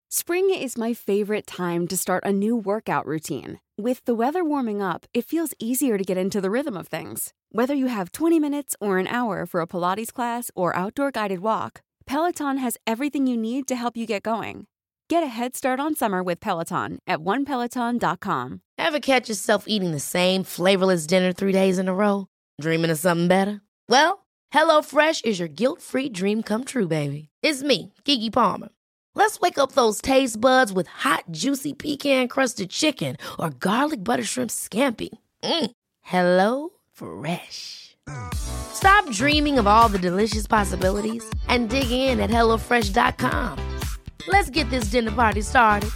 Spring is my favorite time to start a new workout routine. With the weather warming up, it feels easier to get into the rhythm of things. Whether you have 20 minutes or an hour for a Pilates class or outdoor guided walk, Peloton has everything you need to help you get going. Get a head start on summer with Peloton at onepeloton.com. Ever catch yourself eating the same flavorless dinner 3 days in a row? Dreaming of something better? Well, HelloFresh is your guilt-free dream come true, baby. It's me, Keke Palmer. Let's wake up those taste buds with hot, juicy pecan-crusted chicken or garlic butter shrimp scampi. HelloFresh. Stop dreaming of all the delicious possibilities and dig in at HelloFresh.com. Let's get this dinner party started.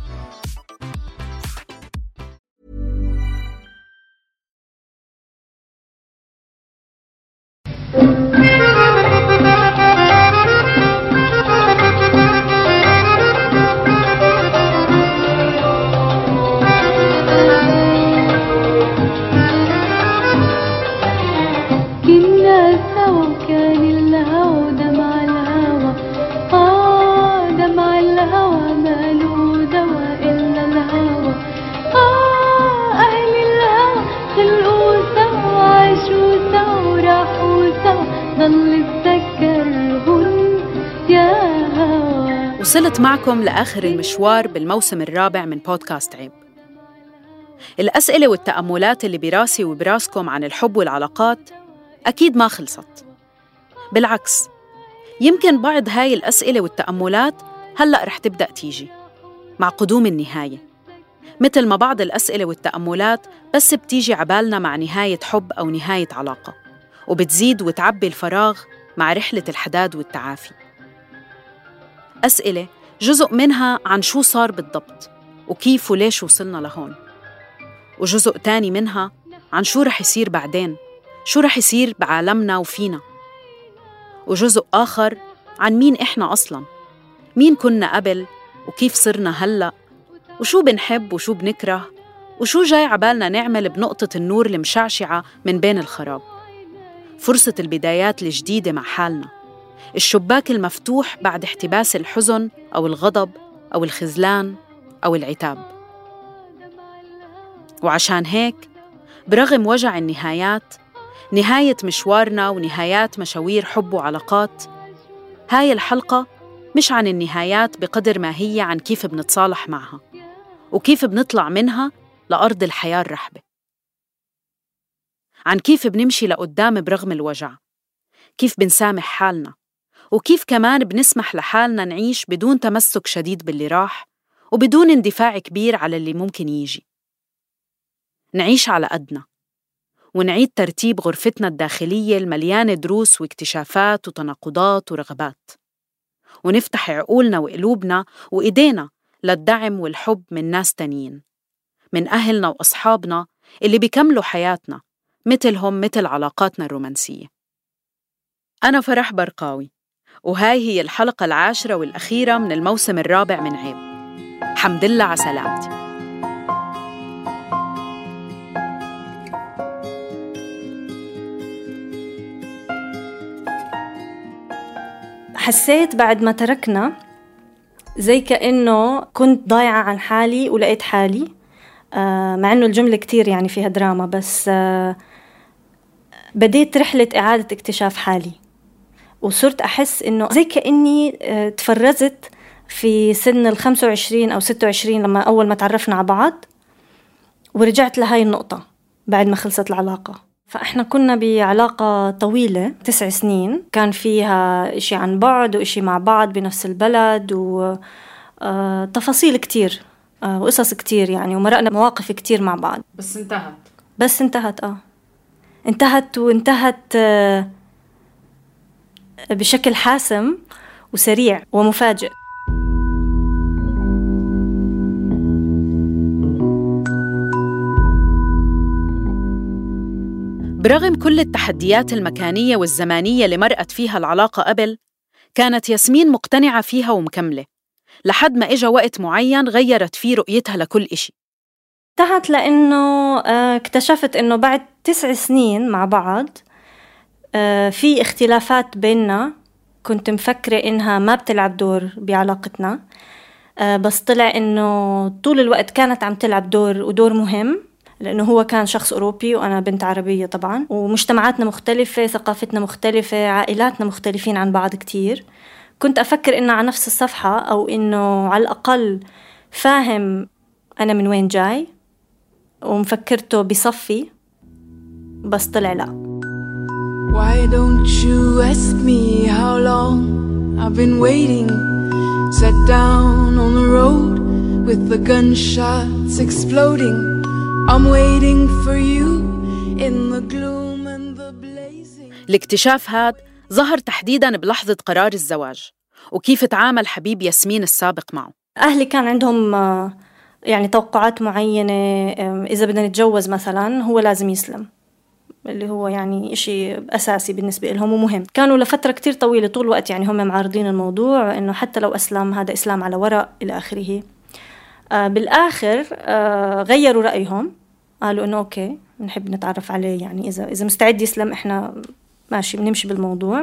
وصلت معكم لآخر المشوار بالموسم الرابع من بودكاست عيب. الأسئلة والتأملات اللي براسي وبراسكم عن الحب والعلاقات أكيد ما خلصت. بالعكس، يمكن بعض هاي الأسئلة والتأملات هلأ رح تبدأ تيجي مع قدوم النهاية، مثل ما بعض الأسئلة والتأملات بس بتيجي عبالنا مع نهاية حب أو نهاية علاقة، وبتزيد وتعبي الفراغ مع رحلة الحداد والتعافي. أسئلة جزء منها عن شو صار بالضبط وكيف وليش وصلنا لهون، وجزء تاني منها عن شو رح يصير بعدين، شو رح يصير بعالمنا وفينا، وجزء آخر عن مين إحنا أصلاً، مين كنا قبل وكيف صرنا هلأ، وشو بنحب وشو بنكره، وشو جاي عبالنا نعمل بنقطة النور المشعشعة من بين الخراب. فرصة البدايات الجديدة مع حالنا، الشباك المفتوح بعد احتباس الحزن أو الغضب أو الخذلان أو العتاب. وعشان هيك برغم وجع النهايات، نهاية مشوارنا ونهايات مشاوير حب وعلاقات، هاي الحلقة مش عن النهايات بقدر ما هي عن كيف بنتصالح معها وكيف بنطلع منها لأرض الحياة الرحبة، عن كيف بنمشي لقدام برغم الوجع، كيف بنسامح حالنا، وكيف كمان بنسمح لحالنا نعيش بدون تمسك شديد باللي راح وبدون اندفاع كبير على اللي ممكن يجي. نعيش على قدنا ونعيد ترتيب غرفتنا الداخلية المليانة دروس واكتشافات وتناقضات ورغبات، ونفتح عقولنا وقلوبنا وإيدينا للدعم والحب من ناس تانيين، من أهلنا وأصحابنا اللي بيكملوا حياتنا مثلهم مثل علاقاتنا الرومانسية. أنا فرح برقاوي، وهاي هي الحلقة 10 والأخيرة من الموسم الرابع من عيب. حمد لله على سلامتي. حسيت بعد ما تركنا زي كأنه كنت ضايعة عن حالي ولقيت حالي، مع أنه الجملة كتير يعني فيها دراما، بس بديت رحلة إعادة اكتشاف حالي، وصرت أحس إنه زي كأني تفرزت في سن 25 أو 26 لما أول ما تعرفنا على بعض، ورجعت لهاي النقطة بعد ما خلصت العلاقة. فإحنا كنا بعلاقة طويلة 9 سنين، كان فيها إشي عن بعد وإشي مع بعض بنفس البلد، وتفاصيل كتير وقصص كتير يعني، ومرقنا مواقف كتير مع بعض. بس انتهت انتهت وانتهت بشكل حاسم وسريع ومفاجئ. برغم كل التحديات المكانية والزمانية اللي مرقت فيها العلاقة قبل، كانت ياسمين مقتنعة فيها ومكملة لحد ما إجا وقت معين غيرت فيه رؤيتها لكل إشي. انتهت لأنه اكتشفت أنه بعد 9 سنين مع بعض في اختلافات بيننا كنت مفكرة إنها ما بتلعب دور بعلاقتنا، بس طلع إنه طول الوقت كانت عم تلعب دور مهم، لأنه هو كان شخص أوروبي وأنا بنت عربية طبعاً، ومجتمعاتنا مختلفة، ثقافتنا مختلفة، عائلاتنا مختلفين عن بعض كتير. كنت أفكر إنه على نفس الصفحة، أو إنه على الأقل فاهم أنا من وين جاي، ومفكرته بصفي، بس طلع لا. Why don't you ask me how long I've been waiting? Sat down on the road with the gunshots exploding. I'm waiting for you in the gloom and the blazing. الاكتشاف هاد ظهر تحديداً بلحظة قرار الزواج، وكيف تعامل حبيب ياسمين السابق معه. أهلي كان عندهم يعني توقعات معينة، إذا بدنا نتجوز مثلاً هو لازم يسلم، اللي هو يعني إشي أساسي بالنسبة لهم ومهم. كانوا لفترة كتير طويلة طول الوقت يعني هم معارضين الموضوع، إنه حتى لو أسلم هذا إسلام على ورق إلى آخره. بالآخر غيروا رأيهم، قالوا إنه أوكي نحب نتعرف عليه، يعني إذا مستعد يسلم إحنا ماشي بنمشي بالموضوع.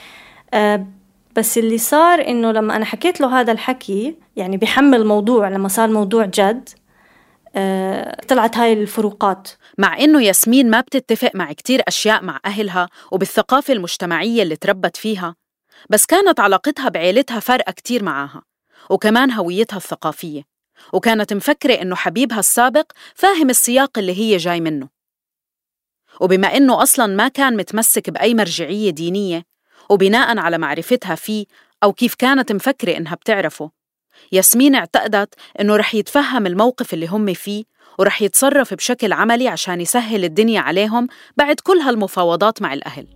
بس اللي صار إنه لما أنا حكيت له هذا الحكي، يعني بيحمل الموضوع، لما صار موضوع جد طلعت هاي الفروقات. مع إنه ياسمين ما بتتفق مع كتير أشياء مع أهلها وبالثقافة المجتمعية اللي تربت فيها، بس كانت علاقتها بعيلتها فارقة كتير معاها، وكمان هويتها الثقافية، وكانت مفكرة إنه حبيبها السابق فاهم السياق اللي هي جاي منه. وبما إنه أصلاً ما كان متمسك بأي مرجعية دينية، وبناءً على معرفتها فيه أو كيف كانت مفكرة إنها بتعرفه، ياسمين اعتقدت إنه رح يتفهم الموقف اللي هم فيه ورح يتصرف بشكل عملي عشان يسهل الدنيا عليهم بعد كل هالمفاوضات مع الأهل.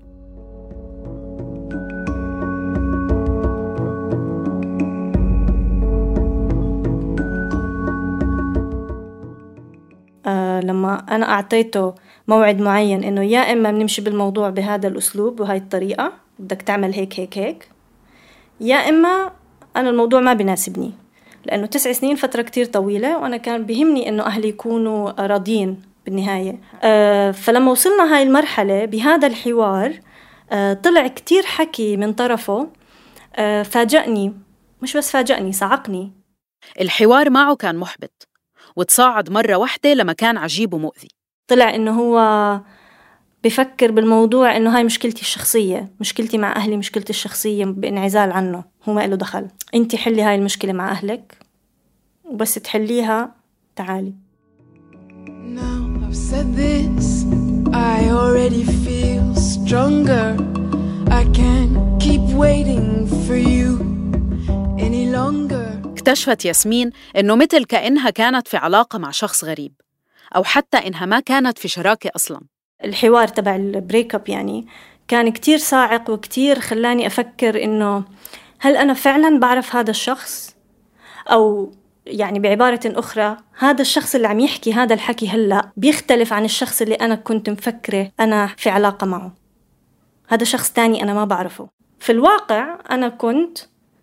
لما أنا أعطيته موعد معين إنه يا إما بنمشي بالموضوع بهذا الأسلوب وهاي الطريقة، بدك تعمل هيك هيك هيك، يا إما أنا الموضوع ما بيناسبني، لأنه 9 سنين فترة كتير طويلة، وأنا كان بيهمني إنه أهلي يكونوا راضين بالنهاية. فلما وصلنا هاي المرحلة بهذا الحوار، طلع كتير حكي من طرفه فاجأني، مش بس فاجأني، صعقني. الحوار معه كان محبط، وتصاعد مرة واحدة لما كان عجيب ومؤذي. طلع إنه هو بفكر بالموضوع إنه هاي مشكلتي الشخصية، مشكلتي مع أهلي، مشكلتي الشخصية بانعزال عنه، هو ما له دخل. أنت حلي هاي المشكلة مع أهلك، وبس تحليها تعالي. Now I've said this, I already feel stronger. I can't keep waiting for you any longer. اكتشفت ياسمين إنه مثل كأنها كانت في علاقة مع شخص غريب، أو حتى إنها ما كانت في شراكة أصلاً. الحوار تبع البريك اب يعني كان كتير صاعق، وكتير خلاني أفكر إنه هل أنا فعلاً بعرف هذا الشخص، أو يعني بعبارة أخرى هذا الشخص اللي عم يحكي هذا الحكي هلأ بيختلف عن الشخص اللي أنا كنت مفكرة أنا في علاقة معه. هذا شخص تاني أنا ما بعرفه. في الواقع أنا كنت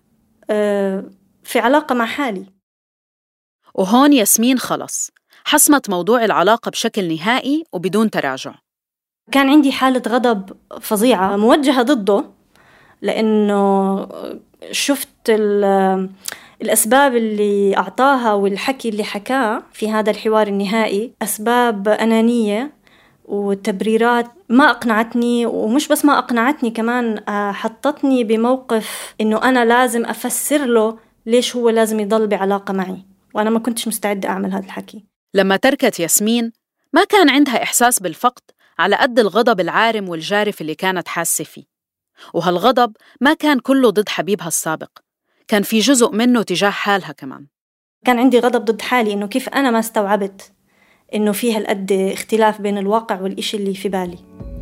في علاقة مع حالي. وهون ياسمين خلص حسمت موضوع العلاقة بشكل نهائي وبدون تراجع. كان عندي حالة غضب فظيعة موجهة ضده، لأنه شفت الأسباب اللي أعطاها والحكي اللي حكاه في هذا الحوار النهائي أسباب أنانية وتبريرات ما أقنعتني، ومش بس ما أقنعتني، كمان حطتني بموقف إنه أنا لازم أفسر له ليش هو لازم يضل بعلاقة معي، وأنا ما كنتش مستعدة أعمل هذا الحكي. لما تركت ياسمين ما كان عندها إحساس بالفقد على قد الغضب العارم والجارف اللي كانت حاسة فيه. وهالغضب ما كان كله ضد حبيبها السابق، كان في جزء منه تجاه حالها كمان. كان عندي غضب ضد حالي، إنه كيف أنا ما استوعبت إنه فيها القد اختلاف بين الواقع والإشي اللي في بالي.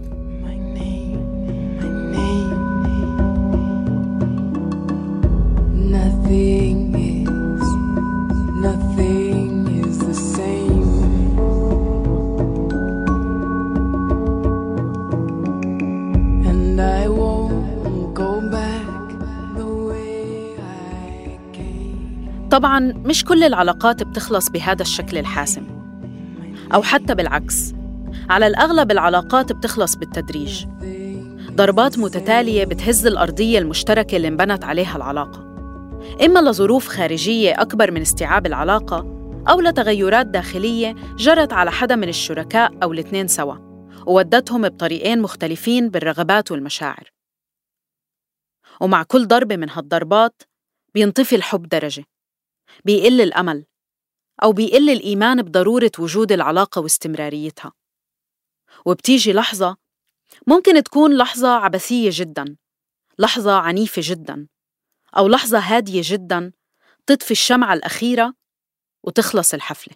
طبعاً مش كل العلاقات بتخلص بهذا الشكل الحاسم، أو حتى بالعكس، على الأغلب العلاقات بتخلص بالتدريج، ضربات متتالية بتهز الأرضية المشتركة اللي انبنت عليها العلاقة، إما لظروف خارجية أكبر من استيعاب العلاقة، أو لتغيرات داخلية جرت على حدا من الشركاء أو الاثنين سوا وودتهم بطريقين مختلفين بالرغبات والمشاعر. ومع كل ضربة من هالضربات بينطفي الحب درجة، بيقل الأمل أو بيقل الإيمان بضرورة وجود العلاقة واستمراريتها. وبتيجي لحظة ممكن تكون لحظة عبثية جداً، لحظة عنيفة جداً، أو لحظة هادية جداً تطفي الشمعة الأخيرة وتخلص الحفلة.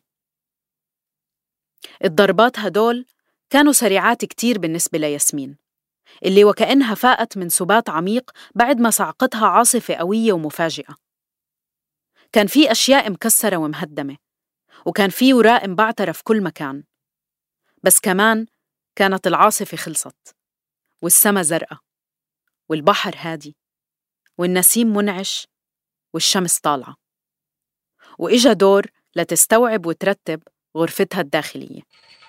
الضربات هدول كانوا سريعات كتير بالنسبة لياسمين، اللي وكأنها فاقت من سبات عميق بعد ما صعقتها عاصفة قوية ومفاجئة. كان في أشياء مكسرة ومهدمة، وكان في وراء مبعترة في كل مكان، بس كمان كانت العاصفة خلصت، والسما زرقاء، والبحر هادي، والنسيم منعش، والشمس طالعة، وإجا دور لتستوعب وترتب غرفتها الداخلية.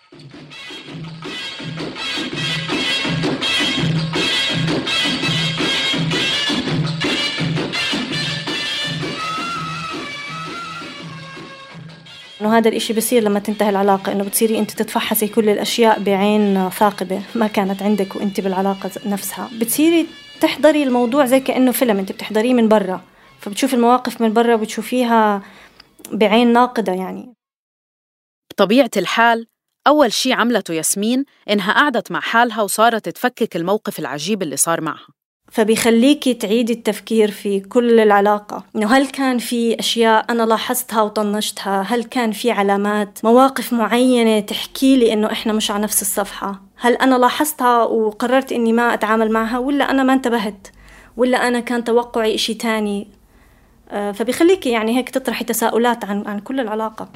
إنه هذا الإشي بيصير لما تنتهي العلاقة، إنه بتصيري أنت تتفحصي كل الأشياء بعين ثاقبة ما كانت عندك وأنت بالعلاقة نفسها. بتصيري تحضري الموضوع زي كأنه فيلم أنت بتحضريه من برا، فبتشوفي المواقف من برا بتشوفيها بعين ناقدة. يعني بطبيعة الحال أول شي عملته ياسمين إنها قعدت مع حالها وصارت تفكك الموقف العجيب اللي صار معها. فبيخليكي تعيدي التفكير في كل العلاقة، إنه هل كان في أشياء أنا لاحظتها وطنشتها؟ هل كان في علامات مواقف معينة تحكي لي إنه إحنا مش على نفس الصفحة؟ هل أنا لاحظتها وقررت إني ما أتعامل معها، ولا أنا ما انتبهت، ولا أنا كان توقعي إشي تاني؟ فبيخليكي يعني هيك تطرحي تساؤلات عن كل العلاقة.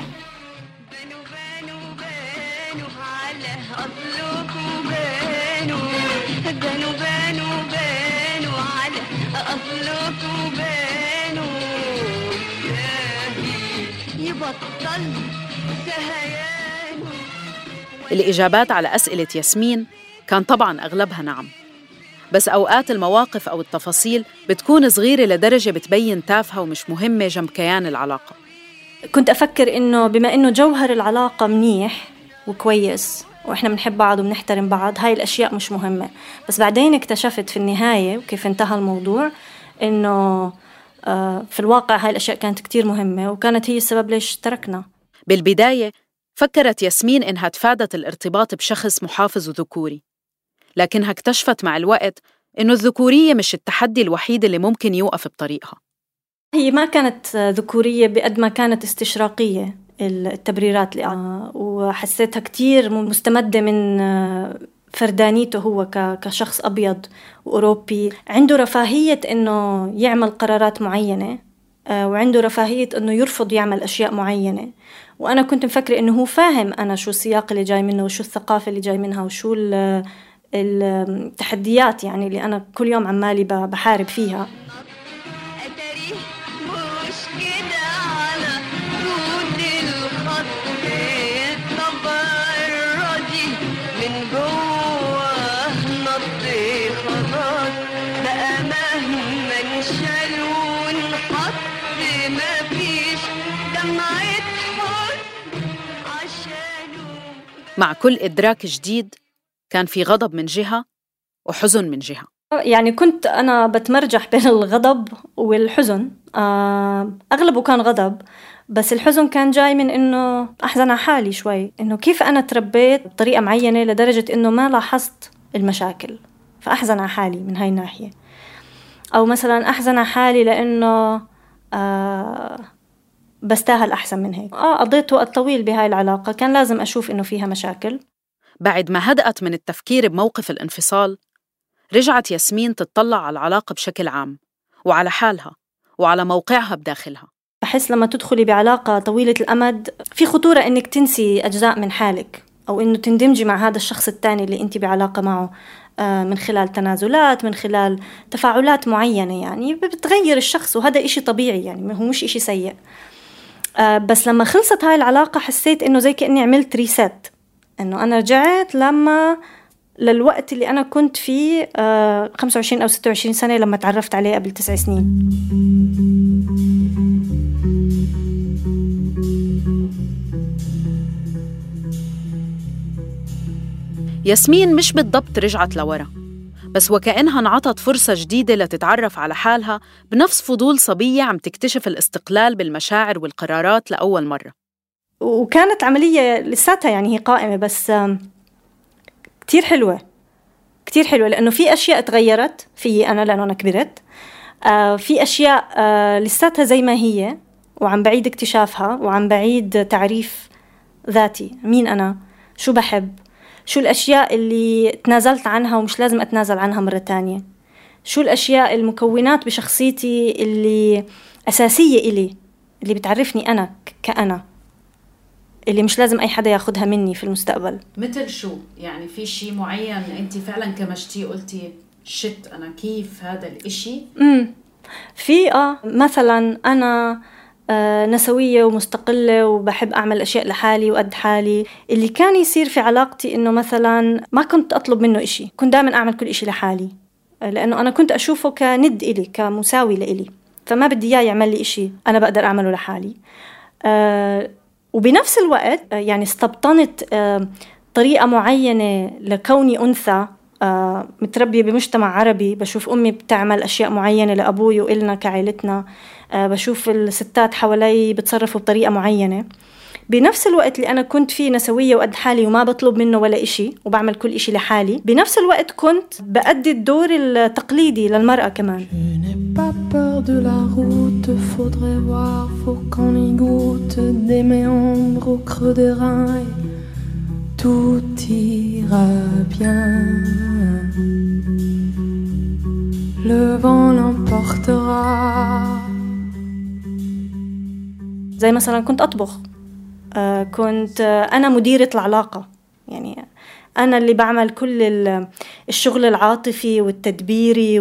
الإجابات على أسئلة ياسمين كان طبعاً أغلبها نعم، بس أوقات المواقف أو التفاصيل بتكون صغيرة لدرجة بتبين تافهة ومش مهمة جنب كيان العلاقة. كنت أفكر إنه بما إنه جوهر العلاقة منيح وكويس وإحنا بنحب بعض وبنحترم بعض، هاي الأشياء مش مهمة. بس بعدين اكتشفت في النهاية وكيف انتهى الموضوع إنه في الواقع هاي الأشياء كانت كتير مهمة، وكانت هي السبب ليش تركنا. بالبداية فكرت ياسمين إنها تفادت الارتباط بشخص محافظ وذكوري، لكنها اكتشفت مع الوقت إنه الذكورية مش التحدي الوحيد اللي ممكن يوقف بطريقها. هي ما كانت ذكورية بقد ما كانت استشراقية التبريرات وحسيتها كتير مستمدة من فردانيته هو كشخص أبيض وأوروبي، عنده رفاهية إنه يعمل قرارات معينة، وعنده رفاهية إنه يرفض يعمل أشياء معينة. وأنا كنت مفكرة إنه هو فاهم أنا شو السياق اللي جاي منه وشو الثقافة اللي جاي منها وشو التحديات يعني اللي أنا كل يوم عمالي بحارب فيها. مع كل إدراك جديد كان في غضب من جهة وحزن من جهة. يعني كنت أنا بتمرجح بين الغضب والحزن، أغلبه كان غضب، بس الحزن كان جاي من إنه أحزن على حالي شوي، إنه كيف أنا تربيت بطريقة معينة لدرجة إنه ما لاحظت المشاكل، فأحزن على حالي من هاي الناحية. أو مثلا أحزن على حالي لأنه بستاهل أحسن من هيك. قضيت وقت طويل بهاي العلاقة، كان لازم أشوف إنه فيها مشاكل. بعد ما هدأت من التفكير بموقف الانفصال، رجعت ياسمين تتطلع على العلاقة بشكل عام وعلى حالها وعلى موقعها بداخلها. بحس لما تدخلي بعلاقة طويلة الأمد في خطورة إنك تنسي أجزاء من حالك، أو إنه تندمجي مع هذا الشخص التاني اللي أنت بعلاقة معه من خلال تنازلات، من خلال تفاعلات معينة، يعني بتغير الشخص، وهذا إشي طبيعي، يعني هو مش إشي سيء. بس لما خلصت هاي العلاقة حسيت إنه زي كأني عملت ريسيت، إنه أنا رجعت لما للوقت اللي أنا كنت فيه 25 أو 26 سنة لما تعرفت عليه قبل 9 سنين. ياسمين مش بالضبط رجعت لورا، بس وكأنها انعطت فرصة جديدة لتتعرف على حالها بنفس فضول صبية عم تكتشف الاستقلال بالمشاعر والقرارات لأول مرة. وكانت عملية لساتها يعني هي قائمة، بس كتير حلوة كتير حلوة، لأنه في أشياء تغيرت فيي أنا لأنه أنا كبرت، في أشياء لساتها زي ما هي وعم بعيد اكتشافها وعم بعيد تعريف ذاتي، مين أنا، شو بحب، شو الأشياء اللي تنازلت عنها ومش لازم أتنازل عنها مرة تانية، شو الأشياء المكونات بشخصيتي اللي أساسية إلي، اللي بتعرفني أنا كأنا، اللي مش لازم أي حدا ياخدها مني في المستقبل. مثل شو؟ يعني في شيء معين أنت فعلا كمشتي قلتي شت أنا كيف هذا الإشي؟ في مثلا أنا نسوية ومستقلة وبحب أعمل أشياء لحالي وقد حالي. اللي كان يصير في علاقتي إنه مثلا ما كنت أطلب منه إشي، كنت دائما أعمل كل إشي لحالي، لأنه أنا كنت أشوفه كند إلي، كمساوي لإلي، فما بدي إياه يعمل لي إشي أنا بقدر أعمله لحالي. وبنفس الوقت يعني استبطنت طريقة معينة لكوني أنثى متربية بمجتمع عربي، بشوف أمي بتعمل أشياء معينة لأبوي وإلنا كعائلتنا، بشوف الستات حوالي بتصرفوا بطريقة معينة. بنفس الوقت اللي أنا كنت فيه نسوية وقد حالي وما بطلب منه ولا إشي وبعمل كل إشي لحالي، بنفس الوقت كنت بأدي الدور التقليدي للمرأة كمان. Tout ira bien, le vent l'emportera. زي مثلا كنت أطبخ، كنت أنا مديرة العلاقة، يعني أنا اللي بعمل كل الشغل العاطفي والتدبيري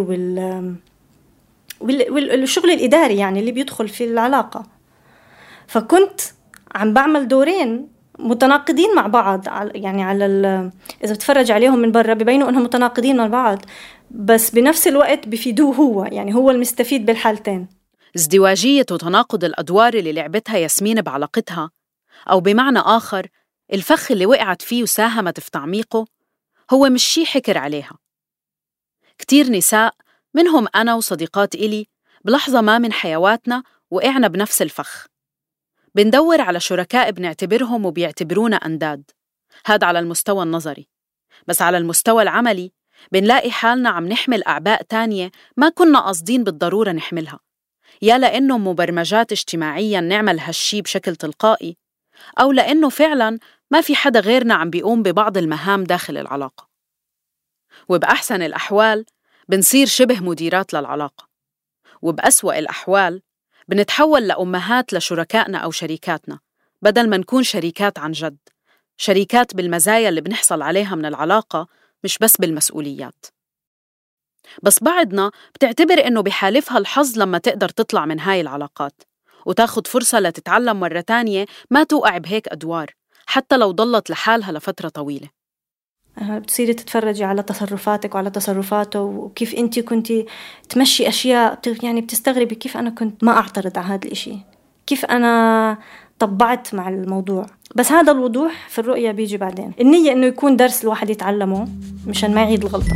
والشغل الإداري يعني اللي بيدخل في العلاقة. فكنت عم بعمل دورين متناقضين مع بعض، يعني إذا بتفرج عليهم من برا بيبينوا إنهم متناقضين مع بعض، بس بنفس الوقت بيفيدوه هو، يعني هو المستفيد بالحالتين. ازدواجية وتناقض الأدوار اللي لعبتها ياسمين بعلاقتها، أو بمعنى آخر الفخ اللي وقعت فيه وساهمت في تعميقه، هو مش شي حكر عليها. كتير نساء منهم أنا وصديقات إلي بلحظة ما من حيواتنا وقعنا بنفس الفخ، بندور على شركاء بنعتبرهم وبيعتبرونا أنداد، هذا على المستوى النظري. بس على المستوى العملي بنلاقي حالنا عم نحمل أعباء تانية ما كنا قاصدين بالضرورة نحملها، يا لأنه مبرمجات اجتماعياً نعمل هالشي بشكل تلقائي، أو لأنه فعلاً ما في حدا غيرنا عم بيقوم ببعض المهام داخل العلاقة. وبأحسن الأحوال بنصير شبه مديرات للعلاقة، وبأسوأ الأحوال بنتحول لأمهات لشركائنا أو شريكاتنا، بدل ما نكون شريكات عن جد، شريكات بالمزايا اللي بنحصل عليها من العلاقة مش بس بالمسؤوليات. بس بعضنا بتعتبر إنه بحالفها الحظ لما تقدر تطلع من هاي العلاقات وتاخد فرصة لتتعلم مرة تانية ما توقع بهيك أدوار، حتى لو ضلت لحالها لفترة طويلة. بتصيري تتفرجي على تصرفاتك وعلى تصرفاته وكيف أنت كنتي تمشي أشياء، يعني بتستغربي كيف أنا كنت ما أعترض على هذا الإشي، كيف أنا طبعت مع الموضوع. بس هذا الوضوح في الرؤية بيجي بعدين. النية إنه يكون درس الواحد يتعلمه مشان ما يعيد الغلطة.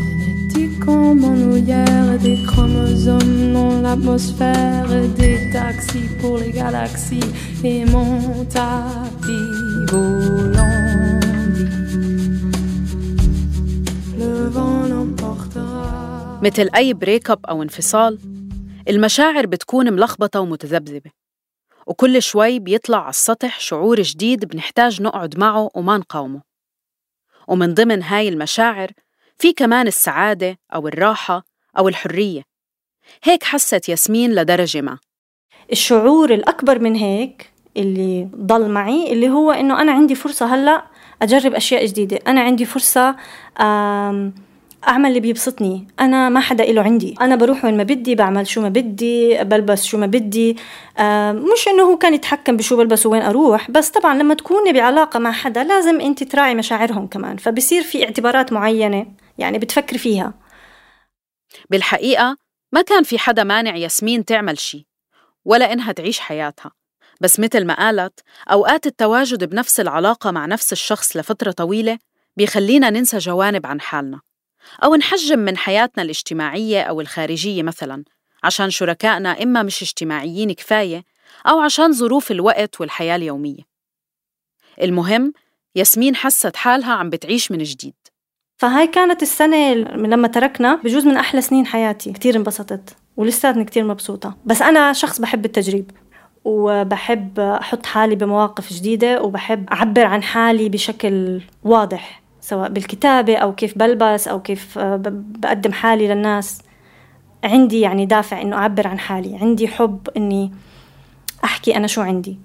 مثل أي بريك اب أو انفصال، المشاعر بتكون ملخبطة ومتذبذبة، وكل شوي بيطلع على السطح شعور جديد بنحتاج نقعد معه وما نقاومه. ومن ضمن هاي المشاعر في كمان السعادة أو الراحة أو الحرية. هيك حست ياسمين لدرجة ما. الشعور الأكبر من هيك اللي ضل معي اللي هو إنه أنا عندي فرصة هلأ أجرب أشياء جديدة، أنا عندي فرصة أعمل اللي بيبسطني، أنا ما حدا إله عندي، أنا بروح وين ما بدي، بعمل شو ما بدي، بلبس شو ما بدي. مش إنه هو كان يتحكم بشو بلبس وين أروح، بس طبعا لما تكوني بعلاقة مع حدا لازم أنت تراعي مشاعرهم كمان، فبصير في اعتبارات معينة يعني بتفكر فيها. بالحقيقة ما كان في حدا مانع ياسمين تعمل شي ولا إنها تعيش حياتها، بس مثل ما قالت أوقات التواجد بنفس العلاقة مع نفس الشخص لفترة طويلة بيخلينا ننسى جوانب عن حالنا أو نحجم من حياتنا الاجتماعية أو الخارجية مثلاً عشان شركائنا إما مش اجتماعيين كفاية أو عشان ظروف الوقت والحياة اليومية. المهم ياسمين حست حالها عم بتعيش من جديد. فهاي كانت السنة من لما تركنا بجوز من أحلى سنين حياتي، كتير انبسطت ولساتني كتير مبسوطة. بس أنا شخص بحب التجريب وبحب أحط حالي بمواقف جديدة وبحب أعبر عن حالي بشكل واضح، سواء بالكتابة أو كيف بلبس أو كيف بقدم حالي للناس. عندي يعني دافع إنه أعبر عن حالي، عندي حب إني أحكي أنا شو عندي.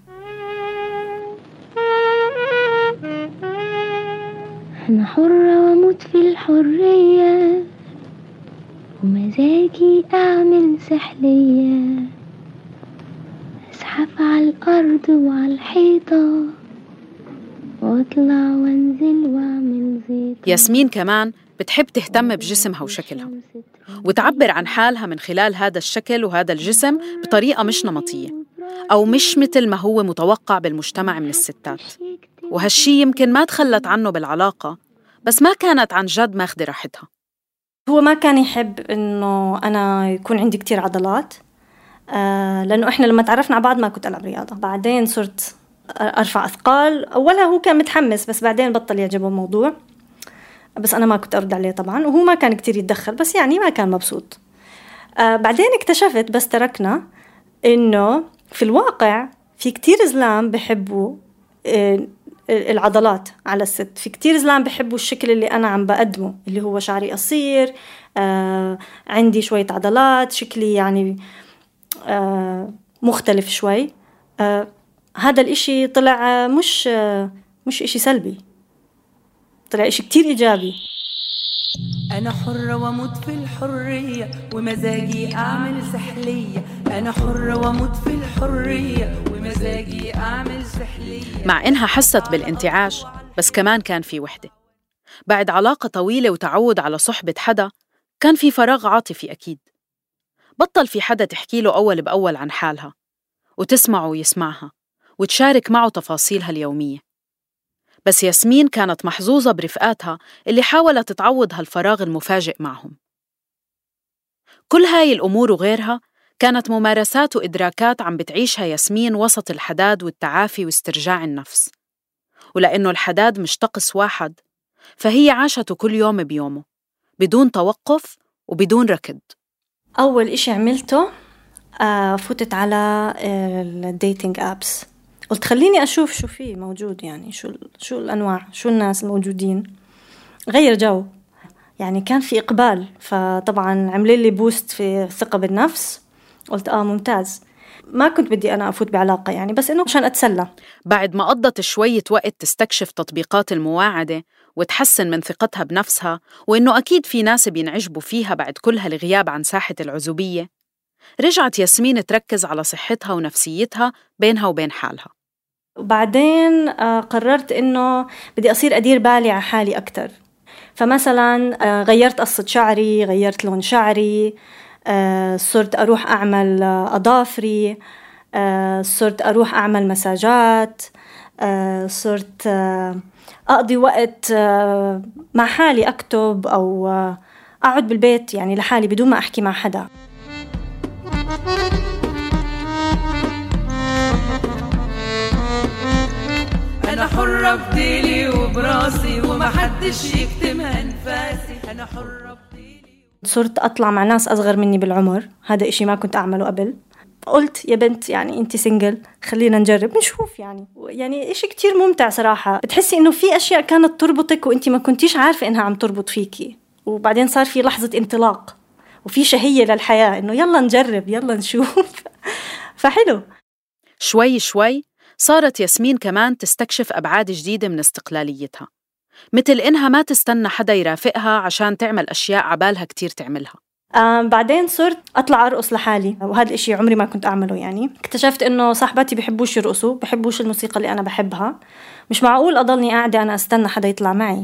أنا حرة وأموت في الحرية ومزاجي أعمل سحلية، أزحف على الأرض وعلى الحيطة وأطلع وأنزل وأعمل زيطة. ياسمين كمان بتحب تهتم بجسمها وشكلها وتعبر عن حالها من خلال هذا الشكل وهذا الجسم بطريقة مش نمطية أو مش مثل ما هو متوقع بالمجتمع من الستات. وهالشي يمكن ما تخلت عنه بالعلاقة، بس ما كانت عن جد ماخدة راحتها. هو ما كان يحب إنه أنا يكون عندي كتير عضلات، لأنه إحنا لما تعرفنا على بعض ما كنت ألعب رياضة. بعدين صرت أرفع أثقال. أولها هو كان متحمس بس بعدين بطل يعجبه الموضوع، بس أنا ما كنت أرد عليه طبعا، وهو ما كان كتير يتدخل، بس يعني ما كان مبسوط. بعدين اكتشفت بس تركنا إنه في الواقع في كتير زلام بحبوا العضلات على الست، في كتير زلام بحبوا الشكل اللي أنا عم بقدمه، اللي هو شعري قصير، عندي شوية عضلات، شكلي يعني مختلف شوي. هذا الإشي طلع مش إشي سلبي، طلع إشي كتير إيجابي. أنا حرة وأموت في الحرية ومزاجي أعمل سحلية، أنا حرة وأموت في الحرية ومزاجي أعمل سحلية. مع إنها حست بالانتعاش، بس كمان كان في وحدة. بعد علاقة طويلة وتعود على صحبة حدا كان في فراغ عاطفي أكيد. بطل في حدا تحكي له أول بأول عن حالها وتسمعه ويسمعها وتشارك معه تفاصيلها اليومية. بس ياسمين كانت محظوظة برفقاتها اللي حاولت تعوض هالفراغ المفاجئ معهم. كل هاي الأمور وغيرها كانت ممارسات وإدراكات عم بتعيشها ياسمين وسط الحداد والتعافي واسترجاع النفس. ولأنه الحداد مش طقس واحد، فهي عاشته كل يوم بيومه بدون توقف وبدون ركض. أول إشي عملته فتت على الديتينج أبس، قلت خليني أشوف شو فيه موجود، يعني شو الأنواع، شو الناس الموجودين، غير جو. يعني كان في إقبال، فطبعا عمل لي بوست في الثقة بالنفس. قلت ممتاز. ما كنت بدي أنا أفوت بعلاقة يعني، بس إنه عشان أتسلى. بعد ما قضت شوية وقت تستكشف تطبيقات المواعدة وتحسن من ثقتها بنفسها وإنه أكيد في ناس بينعجبوا فيها بعد كل هالغياب عن ساحة العزوبية، رجعت ياسمين تركز على صحتها ونفسيتها بينها وبين حالها. وبعدين قررت إنه بدي أصير أدير بالي على حالي أكتر. فمثلا غيرت قصة شعري، غيرت لون شعري، صرت أروح أعمل أظافري، صرت أروح أعمل مساجات، صرت أقضي وقت مع حالي، أكتب أو أقعد بالبيت يعني لحالي بدون ما أحكي مع حدا. أنا حرة بديلي وبراسي ومحدش يكتم أنفاسي، أنا حرة بديلي. صرت أطلع مع ناس أصغر مني بالعمر، هذا إشي ما كنت أعمله قبل. قلت يا بنت يعني أنت سنجل، خلينا نجرب نشوف. يعني إشي كتير ممتع صراحة، بتحسي إنه في أشياء كانت تربطك وأنت ما كنتيش عارفة إنها عم تربط فيكي، وبعدين صار في لحظة انطلاق وفي شهية للحياة، إنه يلا نجرب يلا نشوف. فحلو. شوي شوي صارت ياسمين كمان تستكشف أبعاد جديدة من استقلاليتها، مثل إنها ما تستنى حدا يرافقها عشان تعمل أشياء عبالها كتير تعملها. بعدين صرت أطلع أرقص لحالي، وهذا الإشي عمري ما كنت أعمله. يعني اكتشفت إنه صاحباتي بيحبوش يرقصوا، بيحبوش الموسيقى اللي أنا بحبها، مش معقول أضلني قاعدة أنا أستنى حدا يطلع معي.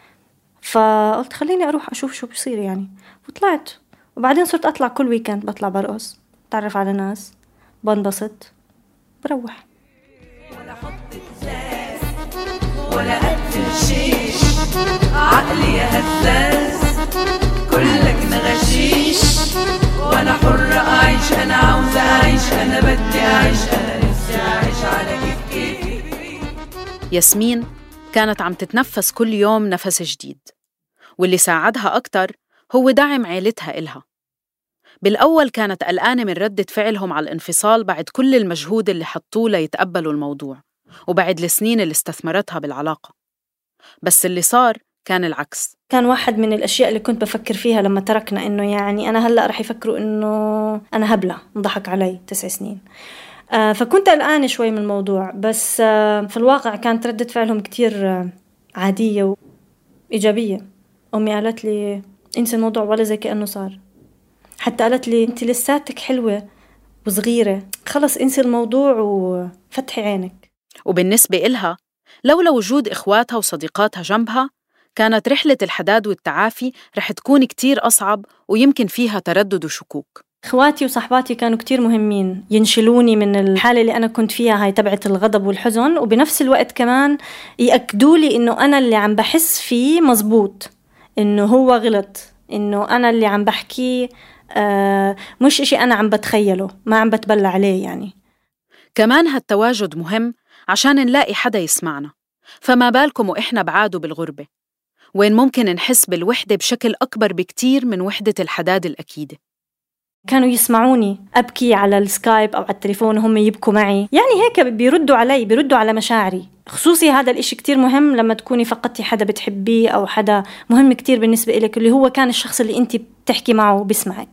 فقلت خليني أروح أشوف شو بيصير يعني، وطلعت. وبعدين صرت أطلع كل ويكند، بطلع برقص، تعرف على ناس، بنبسط، بروح. ولا حط إزاز ولا قتل شيش، عقلي هزاز كلك نغشيش، وانا حرة اعيش، انا عاوزة اعيش، انا بدي اعيش، انا نفسي اعيش على كيفي. ياسمين كانت عم تتنفس كل يوم نفس جديد، واللي ساعدها أكتر هو دعم عيلتها إلها. بالأول كانت قلقانة من ردة فعلهم على الانفصال بعد كل المجهود اللي حطوه ليتقبلوا الموضوع، وبعد السنين اللي استثمرتها بالعلاقة. بس اللي صار كان العكس. كان واحد من الأشياء اللي كنت بفكر فيها لما تركنا، إنه يعني أنا هلأ رح يفكروا إنه أنا هبلة، انضحك علي 9 سنين. فكنت قلقانة شوي من الموضوع، بس في الواقع كانت ردة فعلهم كتير عادية وإيجابية. أمي قالت لي انسي الموضوع ولا زي كأنه صار. حتى قالت لي انت لساتك حلوة وصغيرة، خلص انسي الموضوع وفتحي عينك. وبالنسبة إلها لولا وجود إخواتها وصديقاتها جنبها، كانت رحلة الحداد والتعافي رح تكون كتير أصعب، ويمكن فيها تردد وشكوك. إخواتي وصحباتي كانوا كتير مهمين، ينشلوني من الحالة اللي أنا كنت فيها، هاي تبعت الغضب والحزن، وبنفس الوقت كمان يأكدوا لي إنه أنا اللي عم بحس فيه مزبوط، إنه هو غلط، إنه أنا اللي عم بحكي مش إشي أنا عم بتخيله، ما عم بتبلع عليه يعني. كمان هالتواجد مهم عشان نلاقي حدا يسمعنا، فما بالكم وإحنا بعاد بالغربة، وين ممكن نحس بالوحدة بشكل أكبر بكتير من وحدة الحداد الأكيدة. كانوا يسمعوني أبكي على السكايب أو على التليفون وهم يبكوا معي، يعني هيك بيردوا علي، بيردوا على مشاعري. خصوصي هذا الإشي كتير مهم لما تكوني فقدتي حدا بتحبيه أو حدا مهم كتير بالنسبة إليك، اللي هو كان الشخص اللي أنت بتحكي معه وبسمعك.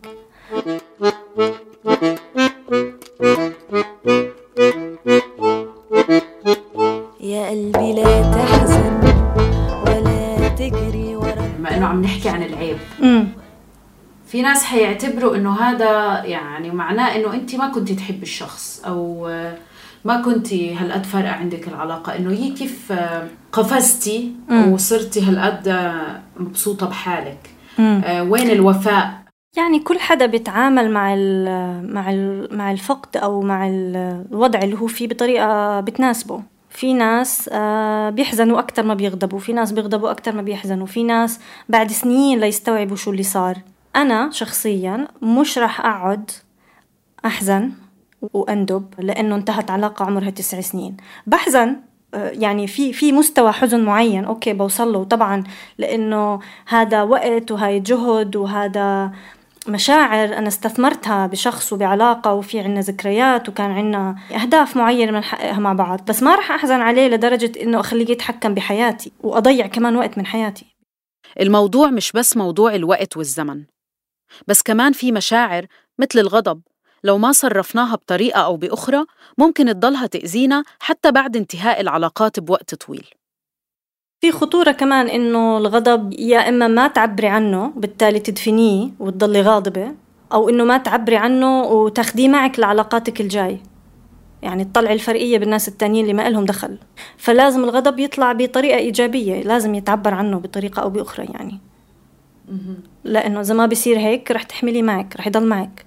يا قلبي لا تحزن ولا تجري ورا. بما إنه عم نحكي عن العيب، في ناس حيعتبروا إنه هذا يعني معناه إنه أنت ما كنتي تحب الشخص، أو ما كنتي هالقد فارقة عندك العلاقة، إنه هي كيف قفزتي وصرتي هالقد مبسوطة بحالك. وين الوفاء؟ يعني كل حدا بيتعامل مع الفقد أو مع الوضع اللي هو فيه بطريقة بتناسبه. في ناس بيحزنوا أكتر ما بيغضبوا، في ناس بيغضبوا أكتر ما بيحزنوا، في ناس بعد سنين ليستوعبوا شو اللي صار. أنا شخصياً مش رح أقعد أحزن وأندب لأنه انتهت علاقة عمرها 9 سنين. بحزن يعني في مستوى حزن معين أوكي بوصله طبعاً، لأنه هذا وقت وهاي جهد وهذا مشاعر أنا استثمرتها بشخص وبعلاقة، وفي عنا ذكريات وكان عنا أهداف معينة بنحققها مع بعض. بس ما رح أحزن عليه لدرجة إنه أخليه يتحكم بحياتي وأضيع كمان وقت من حياتي. الموضوع مش بس موضوع الوقت والزمن، بس كمان في مشاعر مثل الغضب لو ما صرفناها بطريقة أو بأخرى ممكن تضلها تأذينا حتى بعد انتهاء العلاقات بوقت طويل. في خطورة كمان إنه الغضب يا إما ما تعبري عنه بالتالي تدفنيه وتضلي غاضبة، أو إنه ما تعبري عنه وتاخديه معك لعلاقاتك الجاي، يعني تطلعي الفرقية بالناس التانيين اللي ما لهم دخل. فلازم الغضب يطلع بطريقة إيجابية، لازم يتعبر عنه بطريقة أو بأخرى يعني. لأنه إذا ما بيصير هيك رح تحملي معك، رح يضل معك.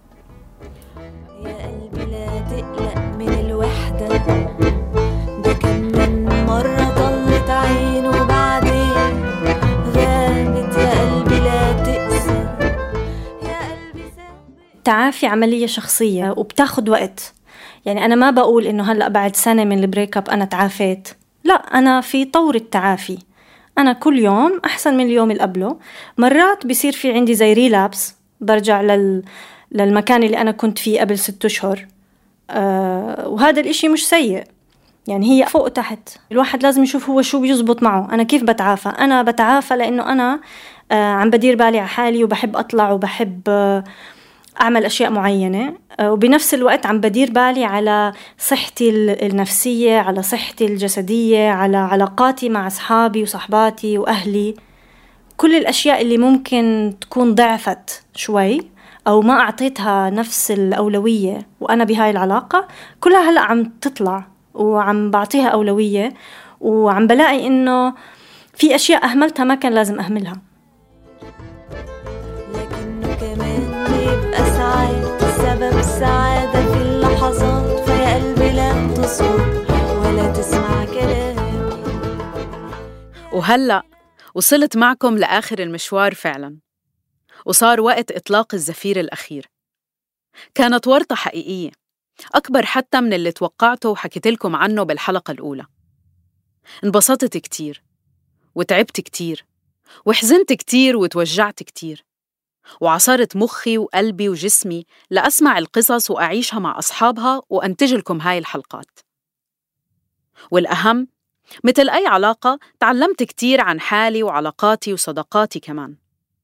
يا قلبي لا تقلق من الوحدة، ده كم من مرة ضلت عين وبعدين غابت. يا قلبي لا تقسى، يا قلبي تعافي عملية شخصية وبتاخد وقت. يعني أنا ما بقول إنه هلأ بعد سنة من البريك اب أنا تعافيت، لا، أنا في طور التعافي. أنا كل يوم أحسن من اليوم اللي قبله. مرات بيصير في عندي زي ريلابس، برجع للمكان اللي أنا كنت فيه قبل 6 أشهر. وهذا الإشي مش سيء، يعني هي فوق تحت. الواحد لازم يشوف هو شو بيزبط معه. أنا كيف بتعافى؟ أنا بتعافى لأنه أنا عم بدير بالي على حالي وبحب أطلع وبحب أعمل أشياء معينة، وبنفس الوقت عم بدير بالي على صحتي النفسية، على صحتي الجسدية، على علاقاتي مع أصحابي وصحباتي وأهلي. كل الأشياء اللي ممكن تكون ضعفت شوي أو ما أعطيتها نفس الأولوية وأنا بهاي العلاقة، كلها هلأ عم تطلع وعم بعطيها أولوية، وعم بلاقي إنه في أشياء أهملتها ما كان لازم أهملها. لكنه كمان بيبقى ساعات سبب السعادة في اللحظات، فيا قلبي لا تصوت ولا تسمع كلامي. وهلأ وصلت معكم لآخر المشوار فعلاً، وصار وقت إطلاق الزفير الأخير. كانت ورطة حقيقية، أكبر حتى من اللي توقعته وحكيت لكم عنه بالحلقة الأولى. انبسطت كتير وتعبت كتير وحزنت كتير وتوجعت كتير، وعصرت مخي وقلبي وجسمي لأسمع القصص وأعيشها مع أصحابها وأنتج لكم هاي الحلقات. والأهم، مثل أي علاقة تعلمت كتير عن حالي وعلاقاتي وصداقاتي كمان.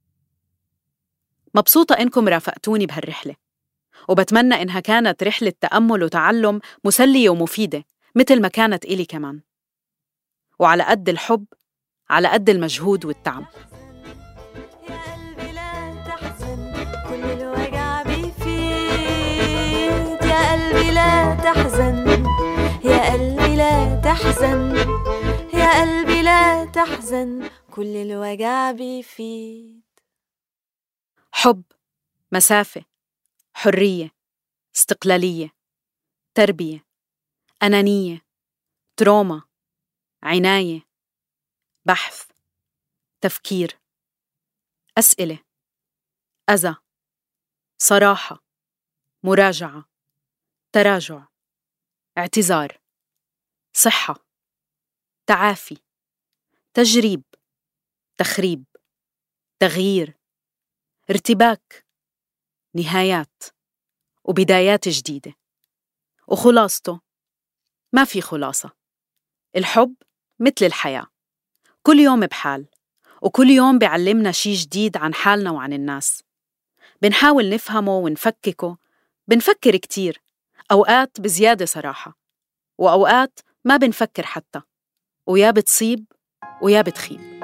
مبسوطة إنكم رافقتوني بهالرحلة، وبتمنى إنها كانت رحلة تأمل وتعلم مسلية ومفيدة مثل ما كانت إلي كمان. وعلى قد الحب على قد المجهود والتعب. يا قلبي لا تحزن، كل الوجع بيفيد. يا قلبي لا تحزن، يا قلبي لا تحزن، يا قلبي لا تحزن، كل الوجع بيفيد. حب، مسافة، حرية، استقلالية، تربية، أنانية، تروما، عناية، بحث، تفكير، أسئلة، أذى، صراحة، مراجعة، تراجع، اعتذار، صحة، تعافي، تجريب، تخريب، تغيير، ارتباك، نهايات، وبدايات جديدة. وخلاصته، ما في خلاصة. الحب مثل الحياة، كل يوم بحال، وكل يوم بيعلمنا شي جديد عن حالنا وعن الناس. بنحاول نفهمه ونفككه، بنفكر كتير، أوقات بزيادة صراحة، وأوقات ما بنفكر حتى، ويا بتصيب ويا بتخيب.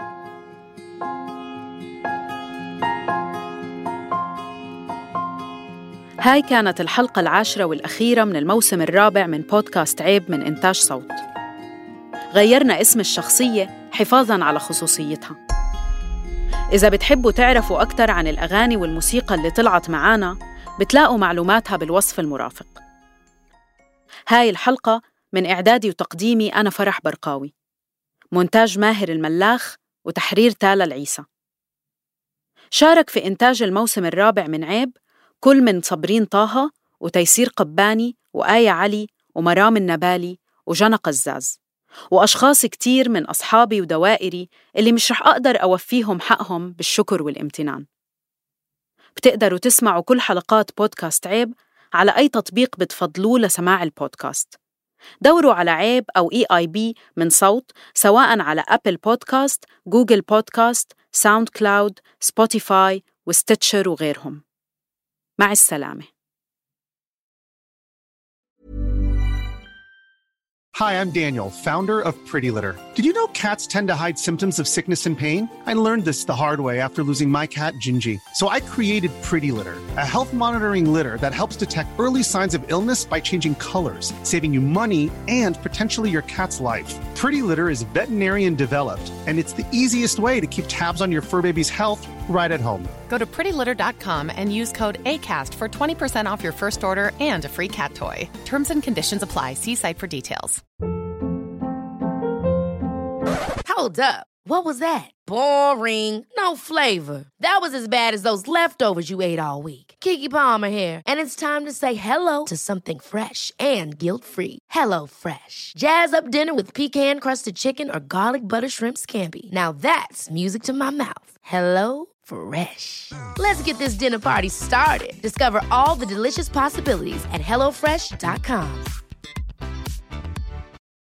هاي كانت الحلقة 10 والأخيرة من الموسم الرابع من بودكاست عيب من إنتاج صوت. غيرنا اسم الشخصية حفاظاً على خصوصيتها. إذا بتحبوا تعرفوا أكتر عن الأغاني والموسيقى اللي طلعت معانا، بتلاقوا معلوماتها بالوصف المرافق. هاي الحلقة من إعدادي وتقديمي أنا فرح برقاوي، مونتاج ماهر الملاخ، وتحرير تالا العيسى. شارك في إنتاج الموسم الرابع من عيب كل من صبرين طه وتيسير قباني وآية علي ومرام النبالي وجنى قزاز، وأشخاص كتير من أصحابي ودوائري اللي مش رح أقدر أوفيهم حقهم بالشكر والامتنان. بتقدروا تسمعوا كل حلقات بودكاست عيب على أي تطبيق بتفضلوه لسماع البودكاست. دوروا على عيب أو EIB من صوت، سواء على أبل بودكاست، جوجل بودكاست، ساوند كلاود، سبوتيفاي وستيتشر وغيرهم. مع السلامة. Hi, I'm Daniel, founder of Pretty Litter. Did you know cats tend to hide symptoms of sickness and pain? I learned this the hard way after losing my cat, Gingy. So I created Pretty Litter, a health monitoring litter that helps detect early signs of illness by changing colors, saving you money and potentially your cat's life. Pretty Litter is veterinarian developed, and it's the easiest way to keep tabs on your fur baby's health right at home. Go to prettylitter.com and use code ACAST for 20% off your first order and a free cat toy. Terms and conditions apply. See site for details. Hold up. What was that? Boring. No flavor. That was as bad as those leftovers you ate all week. Keke Palmer here, and it's time to say hello to something fresh and guilt-free. Hello Fresh. Jazz up dinner with pecan-crusted chicken or garlic butter shrimp scampi. Now that's music to my mouth. Hello Fresh. Let's get this dinner party started. Discover all the delicious possibilities at HelloFresh.com.